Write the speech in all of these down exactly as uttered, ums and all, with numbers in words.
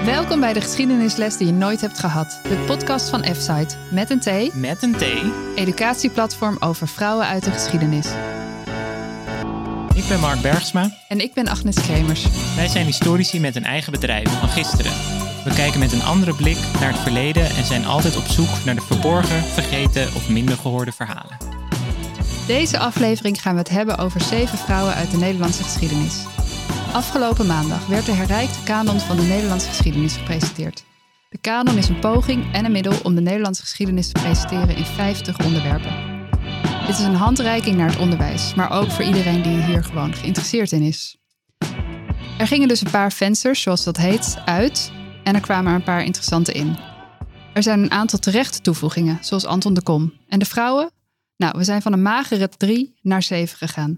Welkom bij de geschiedenisles die je nooit hebt gehad. De podcast van F-Site. Met een T. Met een T. Educatieplatform over vrouwen uit de geschiedenis. Ik ben Mark Bergsma. En ik ben Agnes Kremers. Wij zijn historici met een eigen bedrijf van gisteren. We kijken met een andere blik naar het verleden en zijn altijd op zoek naar de verborgen, vergeten of minder gehoorde verhalen. Deze aflevering gaan we het hebben over zeven vrouwen uit de Nederlandse geschiedenis. Afgelopen maandag werd de herrijkte kanon van de Nederlandse geschiedenis gepresenteerd. De kanon is een poging en een middel om de Nederlandse geschiedenis te presenteren in vijftig onderwerpen. Dit is een handreiking naar het onderwijs, maar ook voor iedereen die hier gewoon geïnteresseerd in is. Er gingen dus een paar vensters, zoals dat heet, uit en er kwamen er een paar interessante in. Er zijn een aantal terechte toevoegingen, zoals Anton de Kom. En de vrouwen? Nou, we zijn van een magere drie naar zeven gegaan.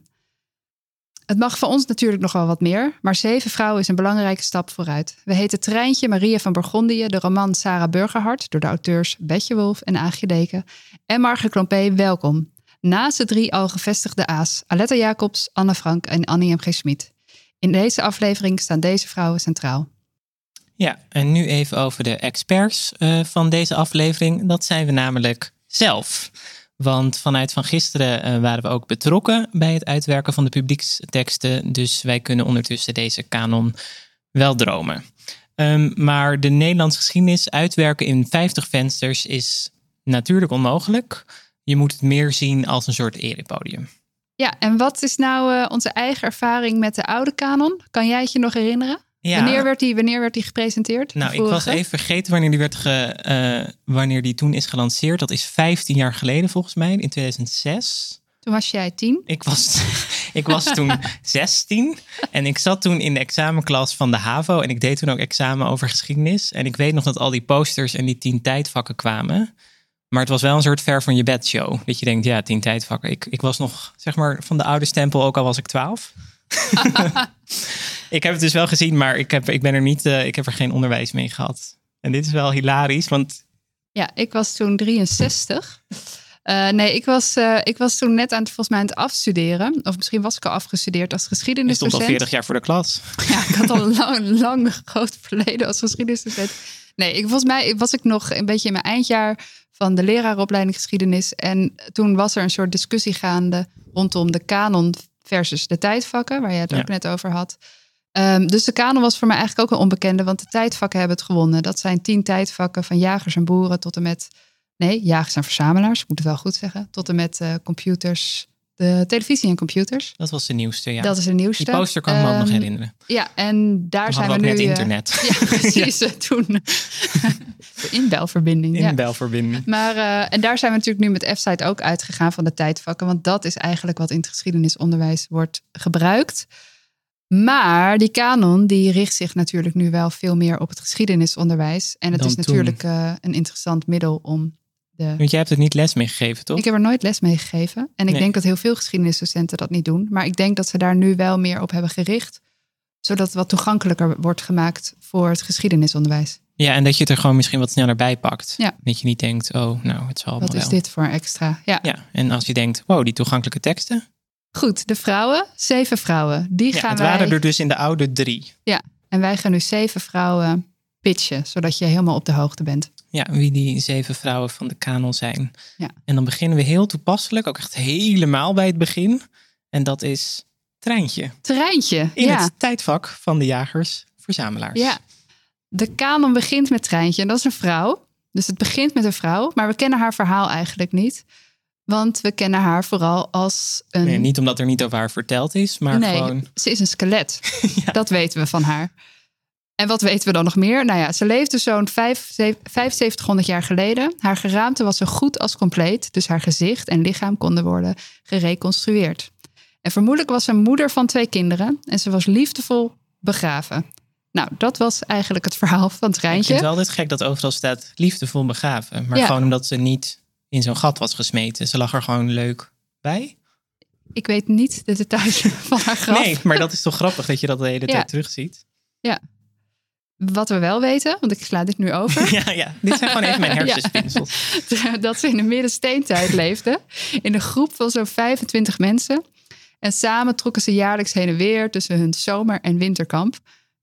Het mag voor ons natuurlijk nog wel wat meer, maar zeven vrouwen is een belangrijke stap vooruit. We heten Trijntje Maria van Bourgondië, de roman Sarah Burgerhart, door de auteurs Betje Wolf en Aagje Deken, en Margret Klompé, welkom. Naast de drie al gevestigde A's, Aletta Jacobs, Anne Frank en Annie M G. Schmid. In deze aflevering staan deze vrouwen centraal. Ja, en nu even over de experts uh, van deze aflevering. Dat zijn we namelijk zelf. Want vanuit van gisteren uh, waren we ook betrokken bij het uitwerken van de publieksteksten. Dus wij kunnen ondertussen deze kanon wel dromen. Um, maar de Nederlandse geschiedenis uitwerken in vijftig vensters is natuurlijk onmogelijk. Je moet het meer zien als een soort erepodium. Ja, en wat is nou uh, onze eigen ervaring met de oude kanon? Kan jij het je nog herinneren? Ja. Wanneer werd die, wanneer werd die gepresenteerd? Nou, ik was even vergeten wanneer die, werd ge, uh, wanneer die toen is gelanceerd. Dat is vijftien jaar geleden volgens mij, in tweeduizend zes. Toen was jij tien? Ik was, ik was toen zestien en ik zat toen in de examenklas van de HAVO. En ik deed toen ook examen over geschiedenis. En ik weet nog dat al die posters en die tien tijdvakken kwamen. Maar het was wel een soort ver van je bed show. Dat je denkt, ja, tien tijdvakken. Ik, ik was nog, zeg maar, van de oude stempel, ook al was ik twaalf. Ik heb het dus wel gezien, maar ik heb, ik ben er niet, uh, ik heb er geen onderwijs mee gehad. En dit is wel hilarisch, want... Ja, ik was toen drieënzestig. Uh, nee, ik was, uh, ik was toen net aan het, volgens mij aan het afstuderen. Of misschien was ik al afgestudeerd als geschiedenisdocent. Je stond al veertig jaar voor de klas. Ja, ik had al een lang, lang groot verleden als geschiedenisdocent. Nee, ik, volgens mij was ik nog een beetje in mijn eindjaar van de leraaropleiding geschiedenis. En toen was er een soort discussie gaande rondom de kanon versus de tijdvakken, waar je het ja. ook net over had. Um, dus de kanon was voor mij eigenlijk ook een onbekende, want de tijdvakken hebben het gewonnen. Dat zijn tien tijdvakken van jagers en boeren tot en met... Nee, jagers en verzamelaars, ik moet het wel goed zeggen. Tot en met uh, computers, de televisie en computers. Dat was de nieuwste, ja. Dat is de nieuwste. Die poster kan ik me um, ook nog herinneren. Ja, en daar toen zijn we, we nu... net internet. Ja, precies. ja. Toen de inbelverbinding. Ja. Inbelverbinding. Maar, uh, en daar zijn we natuurlijk nu met F-Site ook uitgegaan van de tijdvakken. Want dat is eigenlijk wat in het geschiedenisonderwijs wordt gebruikt. Maar die kanon die richt zich natuurlijk nu wel veel meer op het geschiedenisonderwijs. En het Dan is natuurlijk uh, een interessant middel om... De... Want jij hebt het niet les meegegeven, toch? Ik heb er nooit les meegegeven. En ik nee. denk dat heel veel geschiedenisdocenten dat niet doen. Maar ik denk dat ze daar nu wel meer op hebben gericht. Zodat het wat toegankelijker wordt gemaakt voor het geschiedenisonderwijs. Ja, en dat je het er gewoon misschien wat sneller bij pakt. Ja. Dat je niet denkt, oh, nou, het zal allemaal Wat is wel. dit voor extra? Ja. ja, en als je denkt, wow, die toegankelijke teksten. Goed, de vrouwen, zeven vrouwen. Die ja, gaan het wij... waren er dus in de oude drie. Ja, en wij gaan nu zeven vrouwen pitchen, zodat je helemaal op de hoogte bent. Ja, wie die zeven vrouwen van de kanon zijn. Ja. En dan beginnen we heel toepasselijk, ook echt helemaal bij het begin. En dat is Trijntje. Trijntje, In ja. het tijdvak van de jagers-verzamelaars. Ja, de kanon begint met Trijntje. En dat is een vrouw. Dus het begint met een vrouw. Maar we kennen haar verhaal eigenlijk niet. Want we kennen haar vooral als een... Nee, niet omdat er niet over haar verteld is, maar nee, gewoon... ze is een skelet. ja. Dat weten we van haar. En wat weten we dan nog meer? Nou ja, ze leefde zo'n vijfenzeventighonderd jaar geleden. Haar geraamte was zo goed als compleet. Dus haar gezicht en lichaam konden worden gereconstrueerd. En vermoedelijk was ze moeder van twee kinderen. En ze was liefdevol begraven. Nou, dat was eigenlijk het verhaal van Trijntje. Ik vind het wel altijd gek dat overal staat liefdevol begraven. Maar ja. gewoon omdat ze niet in zo'n gat was gesmeten. Ze lag er gewoon leuk bij. Ik weet niet de details van haar graf. Nee, maar dat is toch grappig dat je dat de hele tijd ja. terugziet. Ja. Wat we wel weten, want ik sla dit nu over. Ja, ja. Dit zijn gewoon even mijn hersenspinsels. Ja. Dat ze in de middensteentijd leefden. In een groep van zo'n vijfentwintig mensen. En samen trokken ze jaarlijks heen en weer tussen hun zomer- en winterkamp.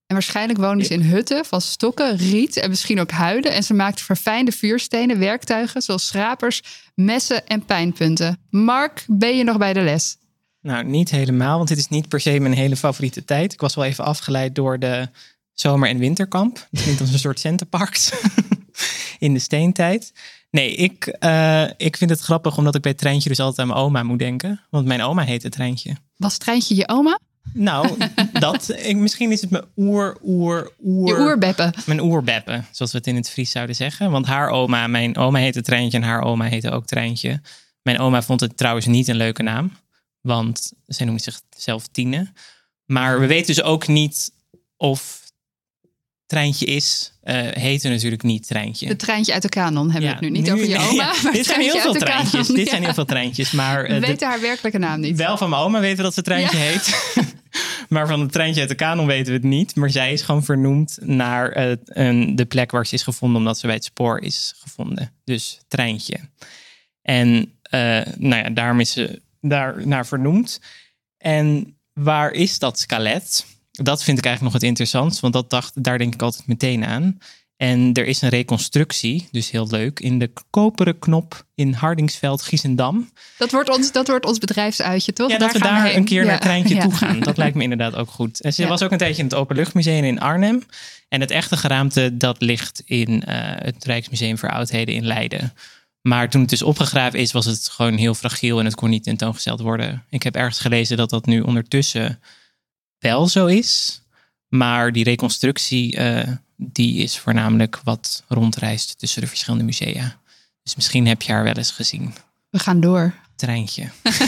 En waarschijnlijk woonden ze in hutten van stokken, riet en misschien ook huiden. En ze maakten verfijnde vuurstenen, werktuigen zoals schrapers, messen en pijnpunten. Mark, ben je nog bij de les? Nou, niet helemaal, want dit is niet per se mijn hele favoriete tijd. Ik was wel even afgeleid door de zomer- en winterkamp. Het klinkt als een soort centerparks in de steentijd. Nee, ik, uh, ik vind het grappig omdat ik bij Treintje dus altijd aan mijn oma moet denken. Want mijn oma heette Treintje. Was Treintje je oma? Nou, dat, ik, misschien is het mijn oer, oer, oer... Je oerbeppe. Mijn oerbeppe, zoals we het in het Fries zouden zeggen. Want haar oma, mijn oma heette Treintje en haar oma heette ook Treintje. Mijn oma vond het trouwens niet een leuke naam. Want zij noemde zichzelf Tine. Maar we weten dus ook niet of Treintje is. Uh, heette natuurlijk niet Treintje. De Treintje uit de kanon hebben ja, we het nu. Niet nu, over je oma, nee, maar dit zijn heel veel treintjes. Kanon, dit ja. zijn heel veel treintjes. Maar, uh, we weten de, haar werkelijke naam niet. Wel van mijn oma weten we dat ze Treintje ja. heet. Maar van het Treintje uit de kanon weten we het niet. Maar zij is gewoon vernoemd naar uh, een, de plek waar ze is gevonden. Omdat ze bij het spoor is gevonden. Dus Treintje. En uh, nou ja, daarom is ze daar naar vernoemd. En waar is dat skelet? Dat vind ik eigenlijk nog het interessantst. Want dat dacht, daar denk ik altijd meteen aan. En er is een reconstructie, dus heel leuk, in de Koperen Knop in Hardingsveld, Giesendam. Dat wordt ons, dat wordt ons bedrijfsuitje, toch? Ja, daar dat we gaan daar we een keer ja. naar Treintje ja. toe gaan. Dat lijkt me inderdaad ook goed. En ze ja. was ook een tijdje in het Openluchtmuseum in Arnhem. En het echte geraamte, dat ligt in uh, het Rijksmuseum voor Oudheden in Leiden. Maar toen het dus opgegraven is, was het gewoon heel fragiel en het kon niet tentoongesteld worden. Ik heb ergens gelezen dat dat nu ondertussen wel zo is. Maar die reconstructie, uh, die is voornamelijk wat rondreist tussen de verschillende musea. Dus misschien heb je haar wel eens gezien. We gaan door. Treintje.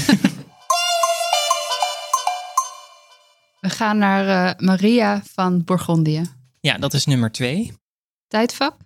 We gaan naar uh, Maria van Bourgondië. Ja, dat is nummer twee. Tijdvak?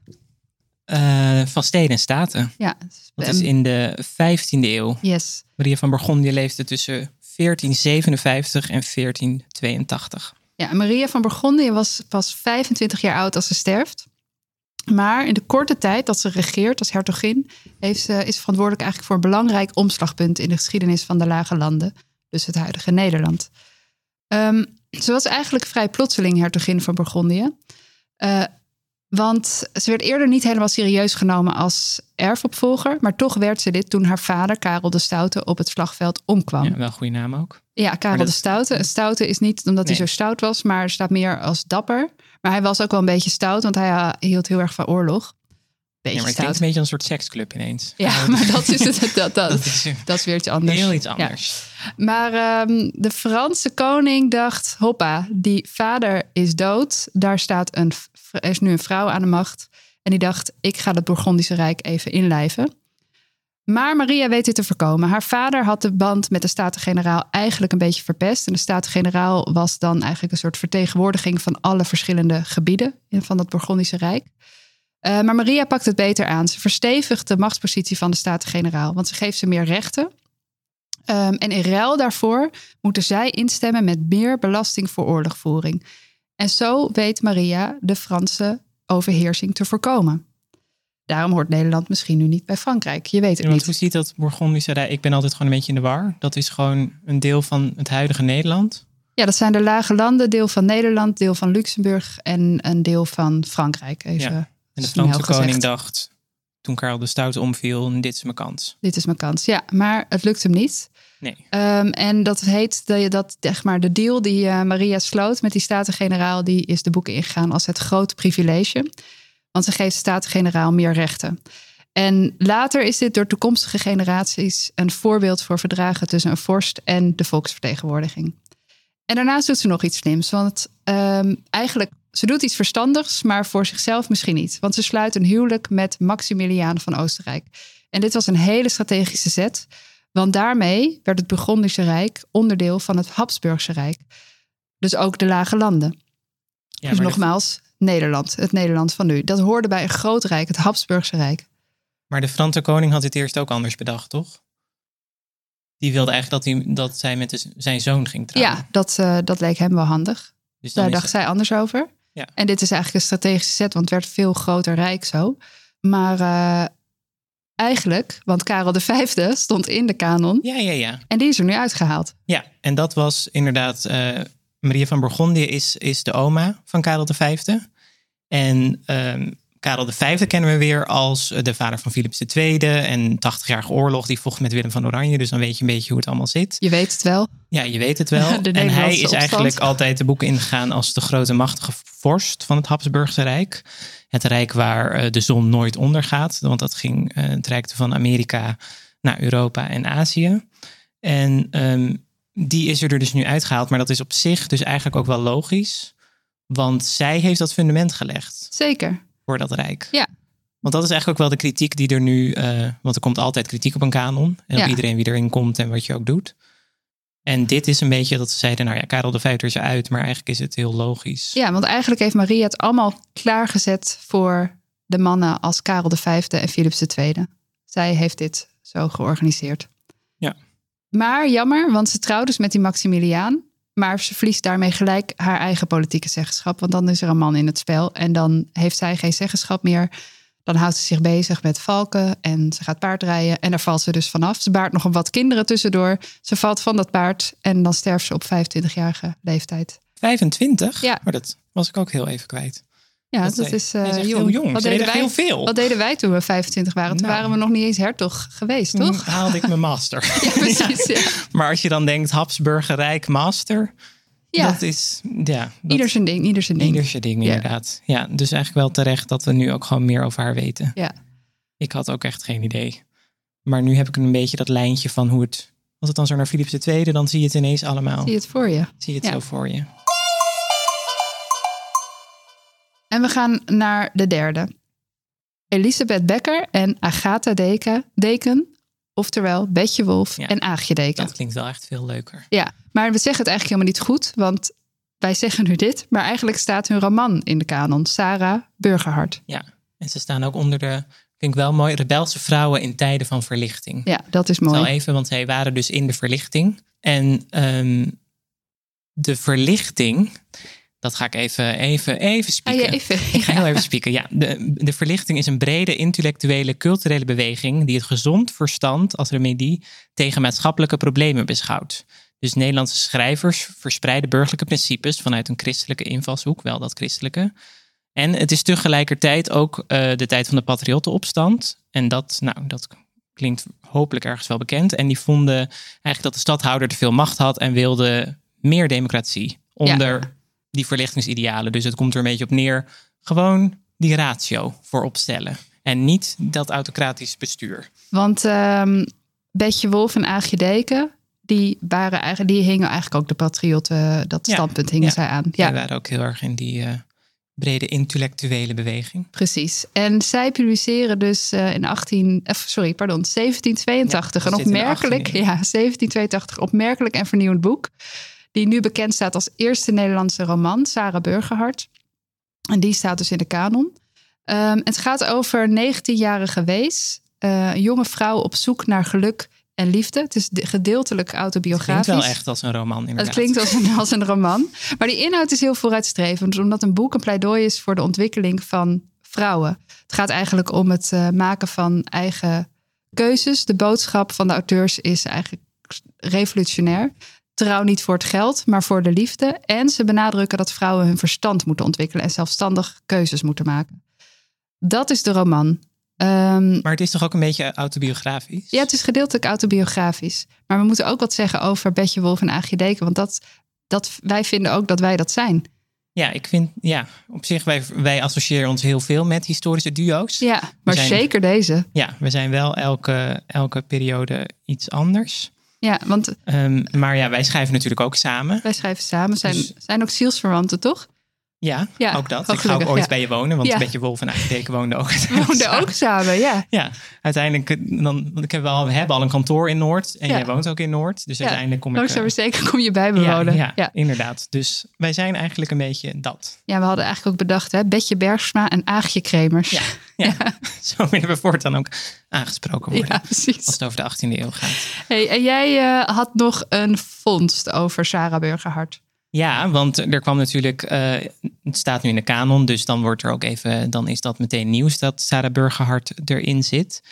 Uh, van Steden en Staten. Ja. Dat is in de vijftiende eeuw. Yes. Maria van Bourgondië leefde tussen veertien zevenenvijftig en veertien tweeëntachtig. Ja, Maria van Bourgondië was pas vijfentwintig jaar oud als ze sterft. Maar in de korte tijd dat ze regeert als hertogin, heeft ze, is ze verantwoordelijk eigenlijk voor een belangrijk omslagpunt in de geschiedenis van de Lage Landen. Dus het huidige Nederland. Um, ze was eigenlijk vrij plotseling hertogin van Bourgondië. Uh, want ze werd eerder niet helemaal serieus genomen als erfopvolger. Maar toch werd ze dit toen haar vader, Karel de Stoute, op het slagveld omkwam. Ja, wel een goede naam ook. Ja, Karel dat... de Stoute. En Stoute is niet omdat nee. hij zo stout was, maar er staat meer als dapper. Maar hij was ook wel een beetje stout, want hij hield heel erg van oorlog. Beetje ja, maar het stout. klinkt een beetje een soort seksclub ineens. Ja, maar dat is, het, dat, dat, dat, is, dat is weer iets anders. Heel iets anders. Ja. Maar um, de Franse koning dacht, hoppa, die vader is dood. Daar staat een, er is nu een vrouw aan de macht. En die dacht, ik ga het Bourgondische Rijk even inlijven. Maar Maria weet dit te voorkomen. Haar vader had de band met de Staten-Generaal eigenlijk een beetje verpest. En de Staten-Generaal was dan eigenlijk een soort vertegenwoordiging van alle verschillende gebieden van het Bourgondische Rijk. Uh, maar Maria pakt het beter aan. Ze verstevigt de machtspositie van de Staten-Generaal, want ze geeft ze meer rechten. Um, en in ruil daarvoor moeten zij instemmen met meer belasting voor oorlogvoering. En zo weet Maria de Franse overheersing te voorkomen. Daarom hoort Nederland misschien nu niet bij Frankrijk. Je weet het ja, niet. Hoe ziet dat Bourgondische Rijk? Ik ben altijd gewoon een beetje in de war. Dat is gewoon een deel van het huidige Nederland. Ja, dat zijn de Lage Landen, deel van Nederland, deel van Luxemburg en een deel van Frankrijk. Even ja. En de Franse koning dacht, toen Karel de Stoute omviel, dit is mijn kans. Dit is mijn kans, ja. Maar het lukt hem niet. Nee. Um, en dat heet, dat, dat, zeg maar, de deal die uh, Maria sloot met die Staten-Generaal, die is de boeken ingegaan als het grote privilege. Want ze geeft de Staten-Generaal meer rechten. En later is dit door toekomstige generaties een voorbeeld voor verdragen tussen een vorst en de volksvertegenwoordiging. En daarnaast doet ze nog iets slims. Want um, eigenlijk, ze doet iets verstandigs, maar voor zichzelf misschien niet. Want ze sluit een huwelijk met Maximiliaan van Oostenrijk. En dit was een hele strategische zet. Want daarmee werd het Bourgondische Rijk onderdeel van het Habsburgse Rijk. Dus ook de Lage Landen. Ja, dus nogmaals, de... Nederland, het Nederland van nu. Dat hoorde bij een groot rijk, het Habsburgse Rijk. Maar de Franse koning had dit eerst ook anders bedacht, toch? Die wilde eigenlijk dat, hij, dat zij met de, zijn zoon ging trouwen. Ja, dat, uh, dat leek hem wel handig. Dus daar dacht het... zij anders over. Ja. En dit is eigenlijk een strategische zet, want het werd veel groter rijk zo. Maar uh, eigenlijk, want Karel de Vijfde stond in de kanon. Ja, ja, ja. En die is er nu uitgehaald. Ja, en dat was inderdaad uh, Maria van Bourgondië is, is de oma van Karel de Vijfde. En um, Karel de Vijfde kennen we weer als de vader van Philips de Tweede. En tachtigjarige oorlog, die vocht met Willem van Oranje. Dus dan weet je een beetje hoe het allemaal zit. Je weet het wel. Ja, je weet het wel. En hij is opstand. eigenlijk altijd de boeken ingegaan als de grote machtige vorst van het Habsburgse Rijk. Het rijk waar uh, de zon nooit ondergaat. Want dat ging uh, het rijk van Amerika naar Europa en Azië. En um, die is er dus nu uitgehaald. Maar dat is op zich dus eigenlijk ook wel logisch. Want zij heeft dat fundament gelegd. Zeker. Voor dat rijk. Ja. Want dat is eigenlijk ook wel de kritiek die er nu... Uh, want er komt altijd kritiek op een kanon. En op ja. iedereen wie erin komt en wat je ook doet. En dit is een beetje dat ze zeiden... nou ja, Karel de Vijfde is eruit, maar eigenlijk is het heel logisch. Ja, want eigenlijk heeft Maria het allemaal klaargezet... voor de mannen als Karel de Vijfde en Philips de Tweede. Zij heeft dit zo georganiseerd. Ja. Maar jammer, want ze trouwt dus met die Maximiliaan... maar ze verliest daarmee gelijk haar eigen politieke zeggenschap... want dan is er een man in het spel en dan heeft zij geen zeggenschap meer... Dan houdt ze zich bezig met valken en ze gaat paardrijden. En daar valt ze dus vanaf. Ze baart nog een wat kinderen tussendoor. Ze valt van dat paard en dan sterft ze op vijfentwintigjarige leeftijd. vijfentwintig? Ja. Maar dat was ik ook heel even kwijt. Ja, dat, dat is, is, uh, is echt jong. heel jong. Wat ze deden, deden wij, heel veel. wat deden wij toen we vijfentwintig waren? Toen nou, waren we nog niet eens hertog geweest, toch? Toen haalde ik mijn master. Ja, precies. Ja. Maar als je dan denkt Habsburger Rijk master... Ja. Dat is, ja. Dat, ieder zijn ding, ieder zijn ding. Ieder zijn ding, inderdaad. Ja. ja, dus eigenlijk wel terecht dat we nu ook gewoon meer over haar weten. Ja. Ik had ook echt geen idee. Maar nu heb ik een beetje dat lijntje van hoe het... Als het dan zo naar Philips de Tweede, dan zie je het ineens allemaal. Zie je het voor je. Zie je het ja. zo voor je. En we gaan naar de derde. Elisabeth Bekker en Agatha Deken, Deken oftewel Betje Wolf ja, en Aagje Deken. Dat klinkt wel echt veel leuker. Ja, maar we zeggen het eigenlijk helemaal niet goed, want wij zeggen nu dit, maar eigenlijk staat hun roman in de kanon, Sarah Burgerhart. Ja, en ze staan ook onder de, vind ik wel mooi, rebelse vrouwen in tijden van verlichting. Ja, dat is mooi. Zal even, want zij waren dus in de verlichting. En um, de verlichting... Dat ga ik even, even, even spieken. Ah, ja, even, ik ga ja. heel even spieken. Ja, de, de verlichting is een brede intellectuele, culturele beweging... die het gezond verstand als remedie tegen maatschappelijke problemen beschouwt. Dus Nederlandse schrijvers verspreiden burgerlijke principes... vanuit een christelijke invalshoek, wel dat christelijke. En het is tegelijkertijd ook uh, de tijd van de patriottenopstand. En dat, nou, dat klinkt hopelijk ergens wel bekend. En die vonden eigenlijk dat de stadhouder te veel macht had... en wilde meer democratie onder... Ja. Die verlichtingsidealen. Dus het komt er een beetje op neer. Gewoon die ratio voor opstellen. En niet dat autocratisch bestuur. Want um, Betje Wolf en Aagje Deken... Die, waren eigenlijk, die hingen eigenlijk ook de patriotten... Dat ja, standpunt hingen ja. zij aan. Ja, die waren ook heel erg in die uh, brede intellectuele beweging. Precies. En zij publiceren dus uh, in achttien... Sorry, pardon, zeventien tweeëntachtig. Ja, een opmerkelijk... Ja, zeventien tweeëntachtig. Opmerkelijk en vernieuwend boek... Die nu bekend staat als eerste Nederlandse roman, Sarah Burgerhart. En die staat dus in de kanon. Um, het gaat over een negentienjarige wees. Uh, een jonge vrouw op zoek naar geluk en liefde. Het is gedeeltelijk autobiografisch. Het klinkt wel echt als een roman, inderdaad. Het klinkt als een, als een roman. Maar die inhoud is heel vooruitstrevend. Omdat een boek een pleidooi is voor de ontwikkeling van vrouwen. Het gaat eigenlijk om het uh, maken van eigen keuzes. De boodschap van de auteurs is eigenlijk revolutionair. Trouw niet voor het geld, maar voor de liefde. En ze benadrukken dat vrouwen hun verstand moeten ontwikkelen... en zelfstandig keuzes moeten maken. Dat is de roman. Um, maar het is toch ook een beetje autobiografisch? Ja, het is gedeeltelijk autobiografisch. Maar we moeten ook wat zeggen over Betje Wolf en Aagje Deken. Want dat, dat, wij vinden ook dat wij dat zijn. Ja, ik vind, ja, op zich, wij, wij associëren ons heel veel met historische duo's. Ja, maar zijn, zeker deze. Ja, we zijn wel elke, elke periode iets anders... Ja, want... Um, maar ja, wij schrijven natuurlijk ook samen. Wij schrijven samen. Zijn, dus, zijn ook zielsverwanten, toch? Ja, ja ook dat. Ik gelukkig, ga ook ooit ja. bij je wonen. Want ja. Betje Wolf en Aagje Deken woonden ook We woonden samen. ook samen, ja. Ja, uiteindelijk... Dan, want ik heb wel, we hebben al een kantoor in Noord. En ja. jij woont ook in Noord. Dus ja. uiteindelijk kom ik... Langzaam maar zeker kom je bij me ja, wonen. Ja, ja, inderdaad. Dus wij zijn eigenlijk een beetje dat. Ja, we hadden eigenlijk ook bedacht... Hè, Betje Bergsma en Aagje Kremers. Ja, ja. ja. Zo willen we voortaan ook aangesproken worden. Ja, precies. Als het over de achttiende eeuw gaat. Hey, en jij uh, had nog een vondst over Sarah Burgerhart. Ja, want er kwam natuurlijk, uh, het staat nu in de kanon, dus dan wordt er ook even, dan is dat meteen nieuws dat Sarah Burgerhart erin zit.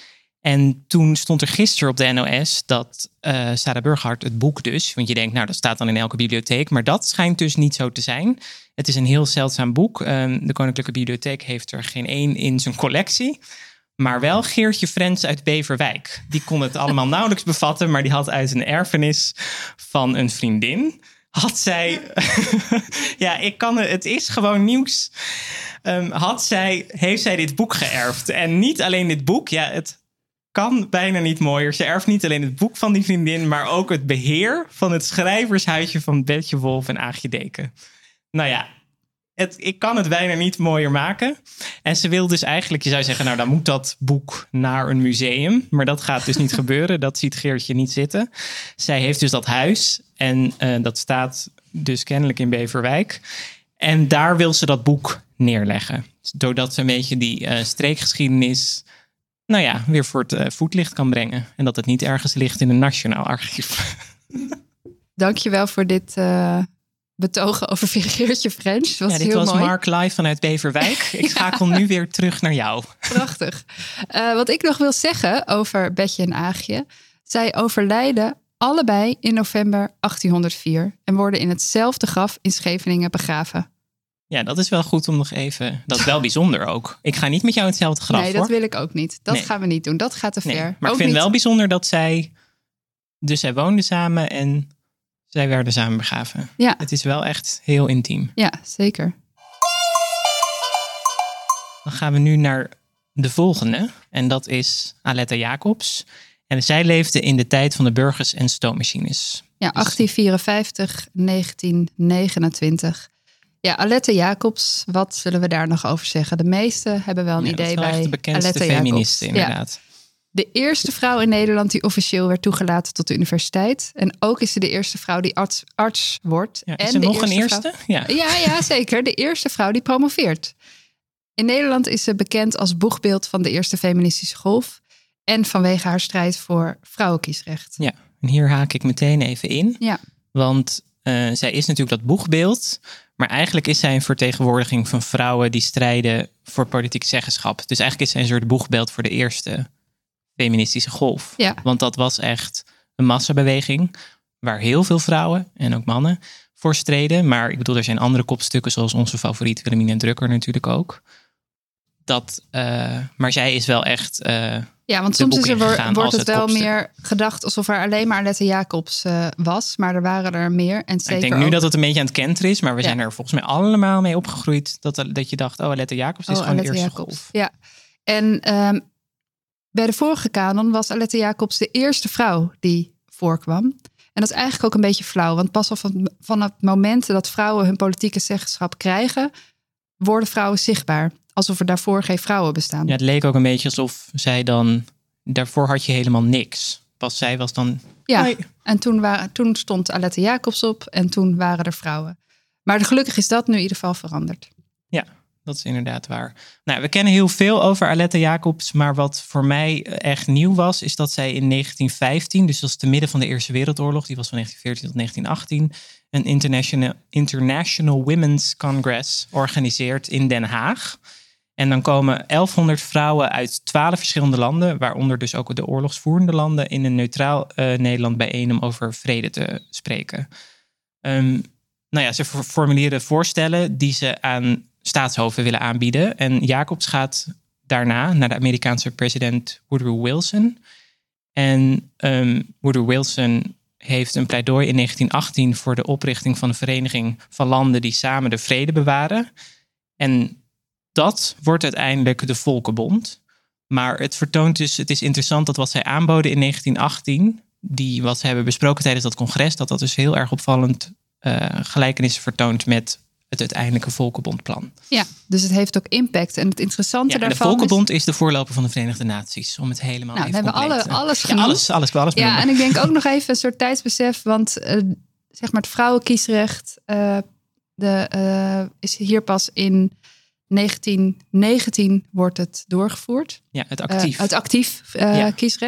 En toen stond er gisteren op de N O S dat uh, Sarah Burgerhart het boek dus... want je denkt, nou, dat staat dan in elke bibliotheek... maar dat schijnt dus niet zo te zijn. Het is een heel zeldzaam boek. Um, de Koninklijke Bibliotheek heeft er geen één in zijn collectie... maar wel Geertje Frens uit Beverwijk. Die kon het allemaal nauwelijks bevatten... maar die had uit een erfenis van een vriendin... had zij... ja, ik kan het... Het is gewoon nieuws. Um, had zij, heeft zij dit boek geërfd. En niet alleen dit boek. Ja, het kan bijna niet mooier. Ze erft niet alleen het boek van die vriendin... maar ook het beheer van het schrijvershuisje... van Betje Wolf en Aagje Deken. Nou ja... Het, ik kan het bijna niet mooier maken. En ze wil dus eigenlijk, je zou zeggen... nou, dan moet dat boek naar een museum. Maar dat gaat dus niet gebeuren. Dat ziet Geertje niet zitten. Zij heeft dus dat huis. En uh, dat staat dus kennelijk in Beverwijk. En daar wil ze dat boek neerleggen. Doordat ze een beetje die uh, streekgeschiedenis... nou ja, weer voor het uh, voetlicht kan brengen. En dat het niet ergens ligt in een nationaal archief. Dankjewel voor dit... Uh... betogen over Geertje Frens. Was ja, dit heel was mooi. Mark live vanuit Beverwijk. Ik schakel ja. nu weer terug naar jou. Prachtig. Uh, wat ik nog wil zeggen over Betje en Aagje. Zij overlijden allebei in november achttienhonderdvier... en worden in hetzelfde graf in Scheveningen begraven. Ja, dat is wel goed om nog even... Dat is wel bijzonder ook. Ik ga niet met jou in hetzelfde graf, Nee, dat hoor. wil ik ook niet. Dat nee. gaan we niet doen. Dat gaat te ver. Nee, maar ook ik vind het niet... wel bijzonder dat zij... Dus zij woonden samen en... zij werden samen begraven. Ja. Het is wel echt heel intiem. Ja, zeker. Dan gaan we nu naar de volgende. En dat is Aletta Jacobs. En zij leefde in de tijd van de burgers en stoommachines. Ja, achttien vierenvijftig, negentien negenentwintig. Ja, Aletta Jacobs, wat zullen we daar nog over zeggen? De meesten hebben wel een ja, idee dat is wel bij echt de bekendste Aletta feministe, Jacobs. inderdaad. Ja. De eerste vrouw in Nederland die officieel werd toegelaten tot de universiteit. En ook is ze de eerste vrouw die arts, arts wordt. Ja, is en er de nog een eerste eerste? Vrouw... Ja. Ja, ja, zeker. De eerste vrouw die promoveert. In Nederland is ze bekend als boegbeeld van de eerste feministische golf. En vanwege haar strijd voor vrouwenkiesrecht. Ja, en hier haak ik meteen even in. Ja. Want uh, zij is natuurlijk dat boegbeeld. Maar eigenlijk is zij een vertegenwoordiging van vrouwen die strijden voor politiek zeggenschap. Dus eigenlijk is zij een soort boegbeeld voor de eerste feministische golf. Ja. Want dat was echt een massabeweging waar heel veel vrouwen en ook mannen voor streden. Maar ik bedoel, er zijn andere kopstukken zoals onze favoriet Wilhelmina Drucker natuurlijk ook. Dat, uh, maar zij is wel echt... Uh, ja, want soms is er, wordt het, het wel kopstuk. meer gedacht alsof er alleen maar Aletta Jacobs uh, was. Maar er waren er meer. En zeker ik denk nu ook... dat het een beetje aan het kenteren is. Maar we ja. zijn er volgens mij allemaal mee opgegroeid. Dat, dat je dacht, oh, Aletta Jacobs is oh, gewoon Aletta de eerste Jacobs. golf. Ja, en um, bij de vorige kanon was Aletta Jacobs de eerste vrouw die voorkwam. En dat is eigenlijk ook een beetje flauw. Want pas van, van het moment dat vrouwen hun politieke zeggenschap krijgen, worden vrouwen zichtbaar. Alsof er daarvoor geen vrouwen bestaan. Ja, het leek ook een beetje alsof zij dan... Daarvoor had je helemaal niks. Pas zij was dan... Ja, Hoi. en toen, waren, toen stond Aletta Jacobs op en toen waren er vrouwen. Maar gelukkig is dat nu in ieder geval veranderd. Ja, dat is inderdaad waar. Nou, we kennen heel veel over Aletta Jacobs. Maar wat voor mij echt nieuw was, is dat zij in negentien vijftien... dus dat is te midden van de Eerste Wereldoorlog... die was van negentien veertien tot negentien achttien... een International, International Women's Congress organiseert in Den Haag. En dan komen elfhonderd vrouwen uit twaalf verschillende landen, waaronder dus ook de oorlogsvoerende landen, in een neutraal uh, Nederland bijeen om over vrede te spreken. Um, nou ja, ze formuleren voorstellen die ze aan staatshoofden willen aanbieden. En Jacobs gaat daarna naar de Amerikaanse president Woodrow Wilson. En um, Woodrow Wilson heeft een pleidooi in negentien achttien voor de oprichting van een vereniging van landen die samen de vrede bewaren. En dat wordt uiteindelijk de Volkenbond. Maar het vertoont dus, het is interessant dat wat zij aanboden in negentien achttien, die wat ze hebben besproken tijdens dat congres, dat dat dus heel erg opvallend uh, gelijkenissen vertoont met het uiteindelijke Volkenbondplan. Ja, dus het heeft ook impact. En het interessante ja, daarvan de Volkenbond is... is de voorloper van de Verenigde Naties. Om het helemaal nou, even we hebben alle, alles genoemd. Ja, alles, alles, alles ja, en ik denk ook nog even een soort tijdsbesef. Want uh, zeg maar het vrouwenkiesrecht uh, de, uh, is hier pas in negentien negentien wordt het doorgevoerd. Ja, het actief. Uh, het actief uh, ja. kiesrecht.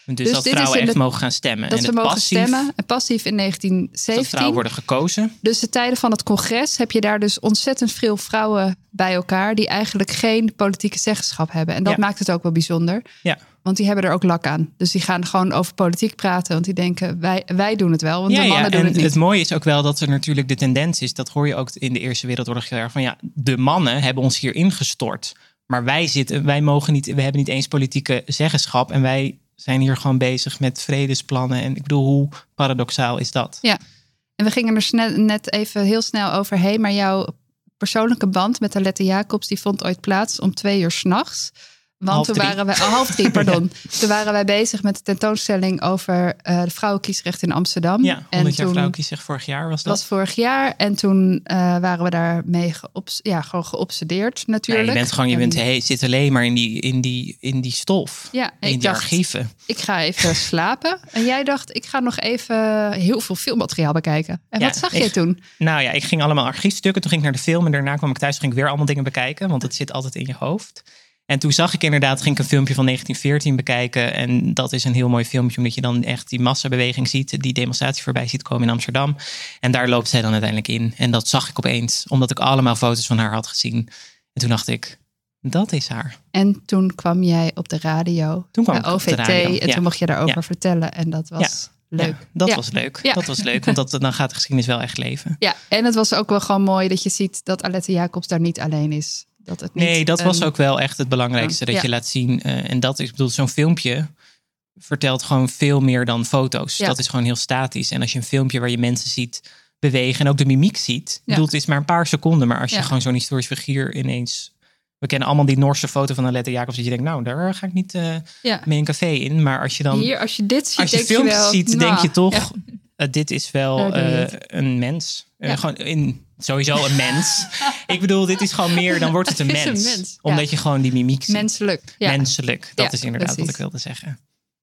Dus, Dus dat dit vrouwen is in echt de- mogen gaan stemmen. Dat en ze het mogen passief, stemmen. En passief in negentien dat zeventien. vrouwen worden gekozen. Dus de tijden van het congres heb je daar dus ontzettend veel vrouwen bij elkaar die eigenlijk geen politieke zeggenschap hebben. En dat Ja. maakt het ook wel bijzonder. Ja. Want die hebben er ook lak aan. Dus die gaan gewoon over politiek praten. Want die denken, wij, wij doen het wel. Want Ja, de mannen ja, doen en het niet. het mooie is ook wel dat er natuurlijk de tendens is. Dat hoor je ook in de Eerste Wereldoorlog heel erg van ja, de mannen hebben ons hier ingestort. Maar wij zitten, wij mogen niet, we hebben niet eens politieke zeggenschap. En wij zijn hier gewoon bezig met vredesplannen. En ik bedoel, hoe paradoxaal is dat? Ja. En we gingen er sne- net even heel snel overheen. Maar jouw persoonlijke band met Aletta Jacobs, die vond ooit plaats om twee uur 's nachts. Want Half toen drie. waren wij, oh, half drie, pardon. Toen waren wij bezig met de tentoonstelling over uh, de vrouwenkiesrecht in Amsterdam. Ja, en honderd jaar toen, vrouwenkiesrecht vorig jaar was dat dat. was vorig jaar. En toen uh, waren we daarmee geobs- ja, gewoon geobsedeerd natuurlijk. Nee, je bent gewoon, je En- bent, hey, zit alleen maar in die, in die, in die stof. Ja, in ik die dacht, archieven. ik ga even slapen. En jij dacht, ik ga nog even heel veel filmmateriaal bekijken. En Ja, wat zag ik- jij toen? Nou ja, ik ging allemaal archiefstukken. Toen ging ik naar de film en daarna kwam ik thuis. Ging ik weer allemaal dingen bekijken, want het zit altijd in je hoofd. En toen zag ik inderdaad, ging ik een filmpje van negentien veertien bekijken. En dat is een heel mooi filmpje, omdat je dan echt die massabeweging ziet. Die demonstratie voorbij ziet komen in Amsterdam. En daar loopt zij dan uiteindelijk in. En dat zag ik opeens, omdat ik allemaal foto's van haar had gezien. En toen dacht ik, dat is haar. En toen kwam jij op de radio, Toen kwam bij ik op O V T. de radio, En ja. toen mocht je daarover Ja. vertellen. En dat was leuk. Ja, dat Ja. was leuk. Ja. Dat was leuk, want dat, dan gaat de geschiedenis wel echt leven. Ja, en het was ook wel gewoon mooi dat je ziet dat Aletta Jacobs daar niet alleen is. Dat het niet Nee, dat was een- ook wel echt het belangrijkste. Dat Ja. je laat zien. Uh, en dat is, ik bedoel, zo'n filmpje vertelt gewoon veel meer dan foto's. Ja. Dat is gewoon heel statisch. En als je een filmpje waar je mensen ziet bewegen en ook de mimiek ziet. Ik Ja. bedoel, het is maar een paar seconden. Maar als je Ja. gewoon zo'n historisch figuur ineens... We kennen allemaal die Noorse foto van Aletta Jacobs. Dat je denkt, nou, daar ga ik niet uh, Ja. mee een café in. Maar als je dan... Hier, als je dit ziet, als je denk je filmpjes wel, ziet, nou, denk je toch... ja. Uh, dit is wel Daar doe je uh, het. een mens. Uh, Ja. Gewoon in, sowieso een mens. Ik bedoel, dit is gewoon meer, dan wordt het een Het is een mens. mens, ja. Omdat je gewoon die mimiek ziet. Menselijk. Ja. Menselijk, dat Ja, is inderdaad precies. wat ik wilde zeggen.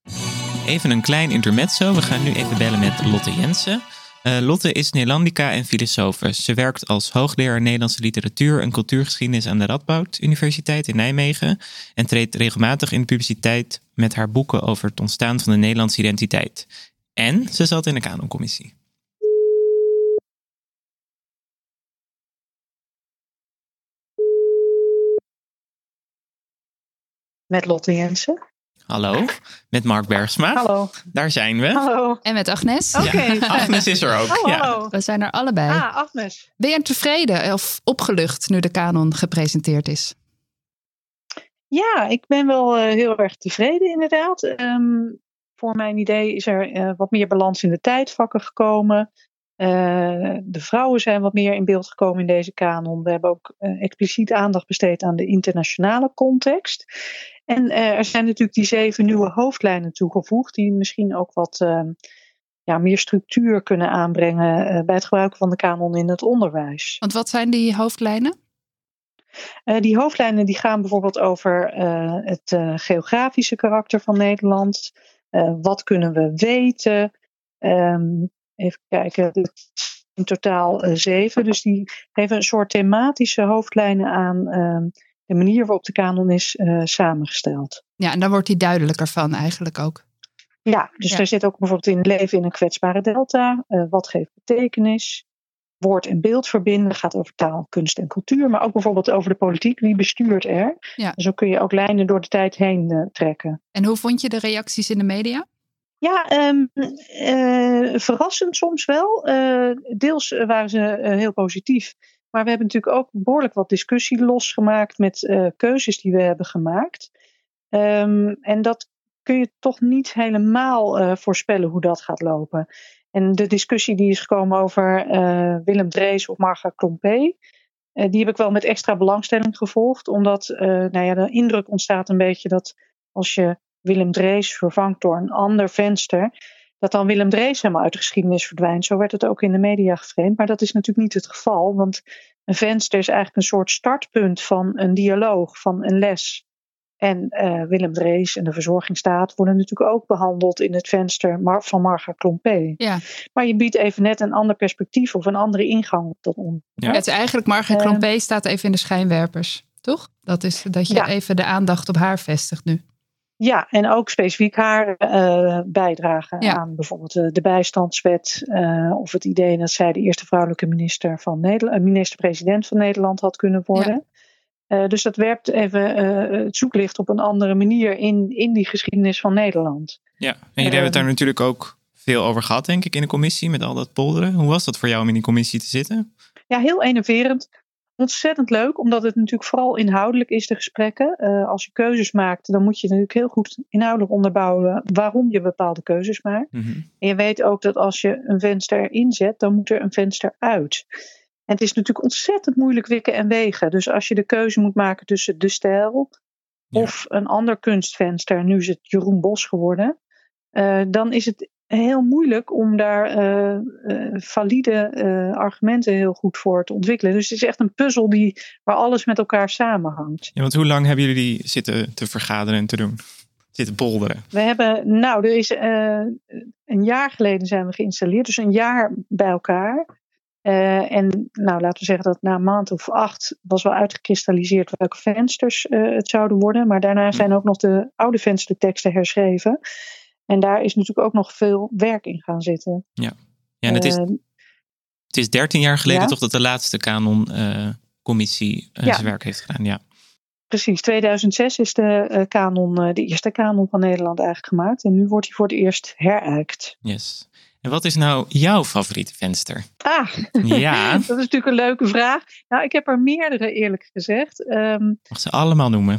Even een klein intermezzo. We gaan nu even bellen met Lotte Jensen. Uh, Lotte is Nederlandica en filosofe. Ze werkt als hoogleraar Nederlandse literatuur en cultuurgeschiedenis aan de Radboud Universiteit in Nijmegen. En treedt regelmatig in de publiciteit met haar boeken over het ontstaan van de Nederlandse identiteit. En ze zat in de Canoncommissie. Met Lotte Jensen. Hallo, met Mark Bergsma. Hallo. Daar zijn we. Hallo. En met Agnes. Oké. Ja, Agnes is er ook. Oh, Ja. hallo. We zijn er allebei. Ah, Agnes. Ben je tevreden of opgelucht nu de kanon gepresenteerd is? Ja, ik ben wel uh, heel erg tevreden inderdaad. Um, voor mijn idee is er uh, wat meer balans in de tijdvakken gekomen. Uh, de vrouwen zijn wat meer in beeld gekomen in deze kanon. We hebben ook uh, expliciet aandacht besteed aan de internationale context. En uh, er zijn natuurlijk die zeven nieuwe hoofdlijnen toegevoegd, die misschien ook wat uh, ja, meer structuur kunnen aanbrengen uh, bij het gebruiken van de kanon in het onderwijs. Want wat zijn die hoofdlijnen? Uh, die hoofdlijnen die gaan bijvoorbeeld over uh, het uh, geografische karakter van Nederland. Uh, wat kunnen we weten? Um, even kijken, in totaal uh, zeven. Dus die geven een soort thematische hoofdlijnen aan uh, de manier waarop de kanon is uh, samengesteld. Ja, en dan wordt die duidelijker van eigenlijk ook. Ja, dus Ja. daar zit ook bijvoorbeeld in leven in een kwetsbare delta. Uh, wat geeft betekenis? Woord en beeld verbinden gaat over taal, kunst en cultuur. Maar ook bijvoorbeeld over de politiek. Wie bestuurt er? Ja. Zo kun je ook lijnen door de tijd heen uh, trekken. En hoe vond je de reacties in de media? Ja, um, uh, verrassend soms wel. Uh, deels waren ze uh, heel positief. Maar we hebben natuurlijk ook behoorlijk wat discussie losgemaakt met uh, keuzes die we hebben gemaakt. Um, en dat kun je toch niet helemaal uh, voorspellen hoe dat gaat lopen. En de discussie die is gekomen over uh, Willem Drees of Marga Klompé, uh, die heb ik wel met extra belangstelling gevolgd. Omdat uh, nou ja, de indruk ontstaat een beetje dat als je Willem Drees vervangt door een ander venster, dat dan Willem Drees helemaal uit de geschiedenis verdwijnt. Zo werd het ook in de media geframed. Maar dat is natuurlijk niet het geval. Want een venster is eigenlijk een soort startpunt van een dialoog, van een les. En uh, Willem Drees en de verzorgingsstaat worden natuurlijk ook behandeld in het venster van Marga Klompé. Ja. Maar je biedt even net een ander perspectief of een andere ingang op dat onderwerp. Ja. Het is eigenlijk Marga Klompé uh, staat even in de schijnwerpers, toch? Dat is dat je ja. even de aandacht op haar vestigt nu. Ja, en ook specifiek haar uh, bijdrage ja. aan bijvoorbeeld de, de bijstandswet. Uh, of het idee dat zij de eerste vrouwelijke minister van Nederland, minister-president van Nederland had kunnen worden. Ja. Uh, dus dat werpt even uh, het zoeklicht op een andere manier in, in die geschiedenis van Nederland. Ja, en jullie uh, hebben het daar natuurlijk ook veel over gehad, denk ik, in de commissie met al dat polderen. Hoe was dat voor jou om in die commissie te zitten? Ja, heel enerverend. Ontzettend leuk, omdat het natuurlijk vooral inhoudelijk is, de gesprekken. Uh, als je keuzes maakt, dan moet je natuurlijk heel goed inhoudelijk onderbouwen waarom je bepaalde keuzes maakt. Mm-hmm. En je weet ook dat als je een venster erin zet, dan moet er een venster uit. En het is natuurlijk ontzettend moeilijk wikken en wegen. Dus als je de keuze moet maken tussen De Stijl ja. of een ander kunstvenster, nu is het Jeroen Bosch geworden, uh, dan is het heel moeilijk om daar uh, uh, valide uh, argumenten heel goed voor te ontwikkelen. Dus het is echt een puzzel die, waar alles met elkaar samenhangt. Ja, want hoe lang hebben jullie zitten te vergaderen en te doen? Zitten polderen? We hebben, nou, er is uh, een jaar geleden zijn we geïnstalleerd. Dus een jaar bij elkaar. Uh, en nou, laten we zeggen dat na een maand of acht was wel uitgekristalliseerd welke vensters uh, het zouden worden. Maar daarna zijn ook nog de oude vensterteksten herschreven. En daar is natuurlijk ook nog veel werk in gaan zitten. Ja, ja en het is, uh, het is dertien jaar geleden ja? toch dat de laatste Canon-commissie uh, uh, ja. zijn werk heeft gedaan. Ja. Precies, tweeduizend zes is de, uh, Canon, uh, de eerste Canon van Nederland eigenlijk gemaakt. En nu wordt hij voor het eerst herijkt. Yes. En wat is nou jouw favoriete venster? Ah, ja. Dat is natuurlijk een leuke vraag. Nou, ik heb er meerdere, eerlijk gezegd. Um, mag ze allemaal noemen?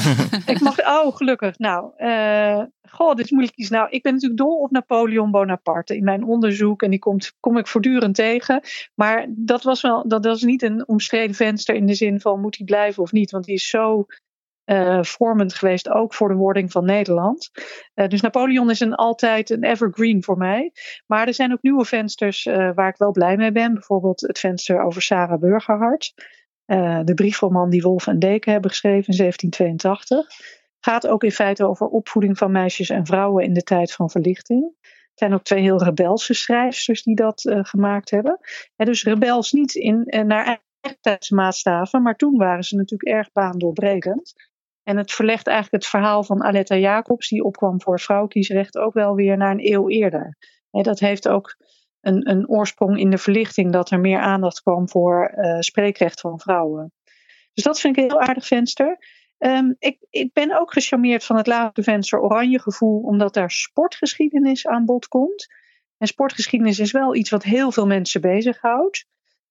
ik mag, oh, gelukkig. Nou, uh, goh, dit is moeilijk kiezen. Nou, ik ben natuurlijk dol op Napoleon Bonaparte in mijn onderzoek. En die komt, kom ik voortdurend tegen. Maar dat was wel, dat was niet een omstreden venster in de zin van moet hij blijven of niet. Want die is zo Uh, vormend geweest, ook voor de wording van Nederland. Uh, dus Napoleon is een, altijd een evergreen voor mij. Maar er zijn ook nieuwe vensters uh, waar ik wel blij mee ben. Bijvoorbeeld het venster over Sarah Burgerhart. Uh, de briefroman die Wolf en Deken hebben geschreven in zeventien tweeëntachtig. Gaat ook in feite over opvoeding van meisjes en vrouwen in de tijd van verlichting. Er zijn ook twee heel rebelse schrijfsters die dat uh, gemaakt hebben. En dus rebels niet in, uh, naar eigen tijdsmaatstaven, maar toen waren ze natuurlijk erg baandoorbrekend. En het verlegt eigenlijk het verhaal van Aletta Jacobs, die opkwam voor vrouwenkiesrecht, ook wel weer naar een eeuw eerder. He, dat heeft ook een, een oorsprong in de verlichting, dat er meer aandacht kwam voor uh, spreekrecht van vrouwen. Dus dat vind ik een heel aardig venster. Um, ik, ik ben ook gecharmeerd van het laatste venster Oranje Gevoel, omdat daar sportgeschiedenis aan bod komt. En sportgeschiedenis is wel iets wat heel veel mensen bezighoudt.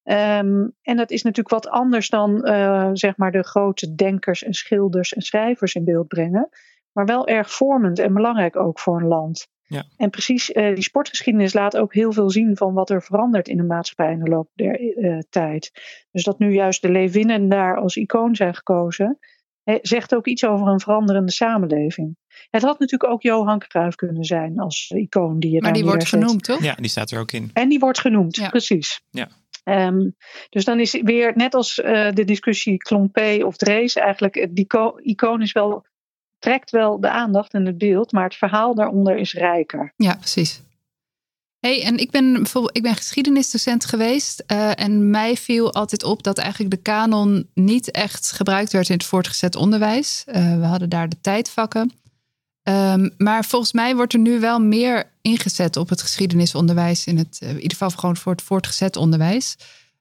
Um, en dat is natuurlijk wat anders dan uh, zeg maar de grote denkers en schilders en schrijvers in beeld brengen. Maar wel erg vormend en belangrijk ook voor een land. Ja. En precies uh, die sportgeschiedenis laat ook heel veel zien van wat er verandert in de maatschappij in de loop der uh, tijd. Dus dat nu juist de Leeuwinnen daar als icoon zijn gekozen, he, zegt ook iets over een veranderende samenleving. Het had natuurlijk ook Johan Cruijff kunnen zijn als icoon die je maar daar die wordt neerzet. genoemd, toch? Ja, die staat er ook in. En die wordt genoemd, ja. precies. Ja. Um, dus dan is weer, net als uh, de discussie Klompé of Drees, eigenlijk die icoon is wel, trekt wel de aandacht en het beeld, maar het verhaal daaronder is rijker. Ja, precies. Hey, en ik ben bijvoorbeeld, ik ben geschiedenisdocent geweest uh, en mij viel altijd op dat eigenlijk de kanon niet echt gebruikt werd in het voortgezet onderwijs. Uh, we hadden daar de tijdvakken. Um, maar volgens mij wordt er nu wel meer ingezet op het geschiedenisonderwijs. In, het, uh, in ieder geval gewoon voor het voortgezet onderwijs.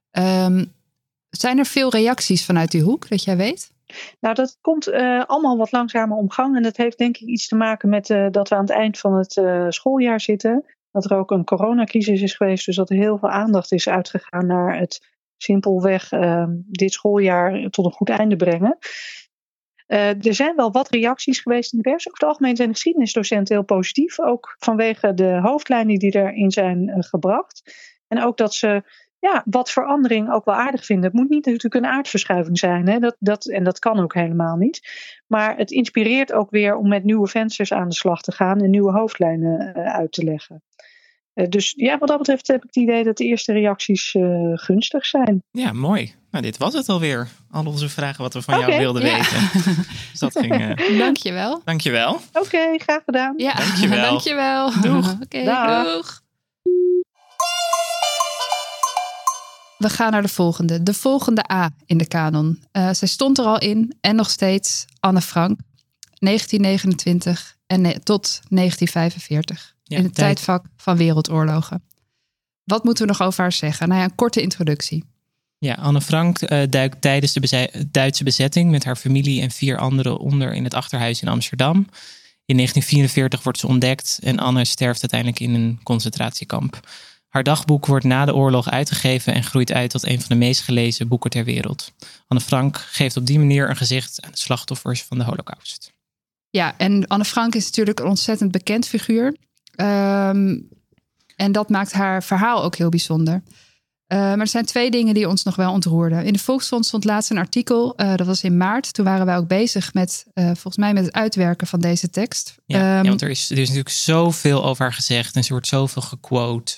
Um, zijn er veel reacties vanuit die hoek, dat jij weet? Nou, dat komt uh, allemaal wat langzamer om gang. En dat heeft denk ik iets te maken met uh, dat we aan het eind van het uh, schooljaar zitten. Dat er ook een coronacrisis is geweest. Dus dat er heel veel aandacht is uitgegaan naar het simpelweg uh, dit schooljaar tot een goed einde brengen. Uh, er zijn wel wat reacties geweest in de pers. Over het algemeen zijn de geschiedenisdocenten heel positief. Ook vanwege de hoofdlijnen die erin zijn uh, gebracht. En ook dat ze ja, wat verandering ook wel aardig vinden. Het moet niet natuurlijk een aardverschuiving zijn. Hè? Dat, dat, en dat kan ook helemaal niet. Maar het inspireert ook weer om met nieuwe vensters aan de slag te gaan. En nieuwe hoofdlijnen uh, uit te leggen. Uh, dus ja, wat dat betreft heb ik het idee dat de eerste reacties uh, gunstig zijn. Ja, mooi. Nou, dit was het alweer. Al onze vragen wat we van okay, jou wilden ja. weten. Dus dat ging... Uh... Dankjewel. Dankjewel. Oké, okay, graag gedaan. Ja, dankjewel. dankjewel. Doeg. Oké, okay, doeg. We gaan naar de volgende. De volgende A in de kanon. Uh, zij stond er al in en nog steeds Anne Frank. negentien negenentwintig en ne- tot negentien vijfenveertig. Ja, in het tijd... tijdvak van wereldoorlogen. Wat moeten we nog over haar zeggen? Nou ja, een korte introductie. Ja, Anne Frank uh, duikt tijdens de beze- Duitse bezetting met haar familie en vier anderen onder in het achterhuis in Amsterdam. In negentien vierenveertig wordt ze ontdekt en Anne sterft uiteindelijk in een concentratiekamp. Haar dagboek wordt na de oorlog uitgegeven en groeit uit tot een van de meest gelezen boeken ter wereld. Anne Frank geeft op die manier een gezicht aan de slachtoffers van de Holocaust. Ja, en Anne Frank is natuurlijk een ontzettend bekend figuur. Um, en dat maakt haar verhaal ook heel bijzonder. Uh, maar er zijn twee dingen die ons nog wel ontroerden. In de Volkskrant stond laatst een artikel, uh, dat was in maart. Toen waren wij ook bezig met, uh, volgens mij met het uitwerken van deze tekst. Ja, um, ja want er is, er is natuurlijk zoveel over haar gezegd en ze wordt zoveel gequote.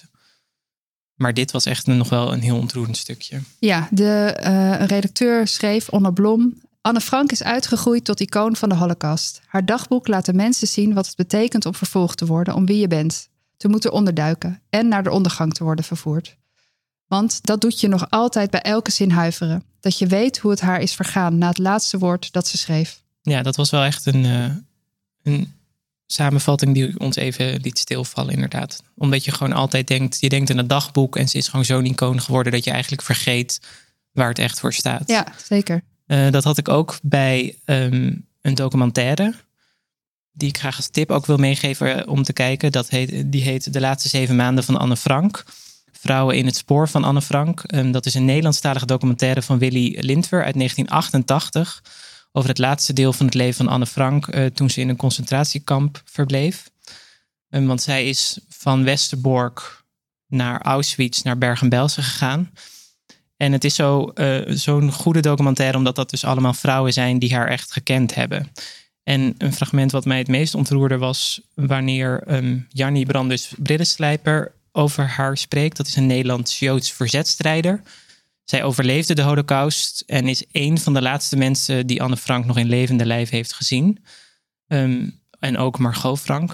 Maar dit was echt nog wel een heel ontroerend stukje. Ja, de uh, redacteur schreef, Onno Blom: Anne Frank is uitgegroeid tot icoon van de Holocaust. Haar dagboek laat de mensen zien wat het betekent om vervolgd te worden, om wie je bent, te moeten onderduiken en naar de ondergang te worden vervoerd. Want dat doet je nog altijd bij elke zin huiveren. Dat je weet hoe het haar is vergaan na het laatste woord dat ze schreef. Ja, dat was wel echt een, uh, een samenvatting die ons even liet stilvallen inderdaad. Omdat je gewoon altijd denkt, je denkt in het dagboek en ze is gewoon zo'n icoon geworden dat je eigenlijk vergeet waar het echt voor staat. Ja, zeker. Uh, dat had ik ook bij um, een documentaire die ik graag als tip ook wil meegeven om te kijken. Dat heet, die heet De laatste zeven maanden van Anne Frank. Vrouwen in het spoor van Anne Frank. Um, dat is een Nederlandstalige documentaire van Willy Lindver uit negentien achtentachtig. Over het laatste deel van het leven van Anne Frank uh, toen ze in een concentratiekamp verbleef. Um, want zij is van Westerbork naar Auschwitz naar Bergen-Belsen gegaan. En het is zo, uh, zo'n goede documentaire omdat dat dus allemaal vrouwen zijn die haar echt gekend hebben. En een fragment wat mij het meest ontroerde was wanneer um, Jannie Brandus Brillenslijper over haar spreekt. Dat is een Nederlands-Joods verzetstrijder. Zij overleefde de Holocaust en is een van de laatste mensen die Anne Frank nog in levende lijf heeft gezien. Um, en ook Margot Frank.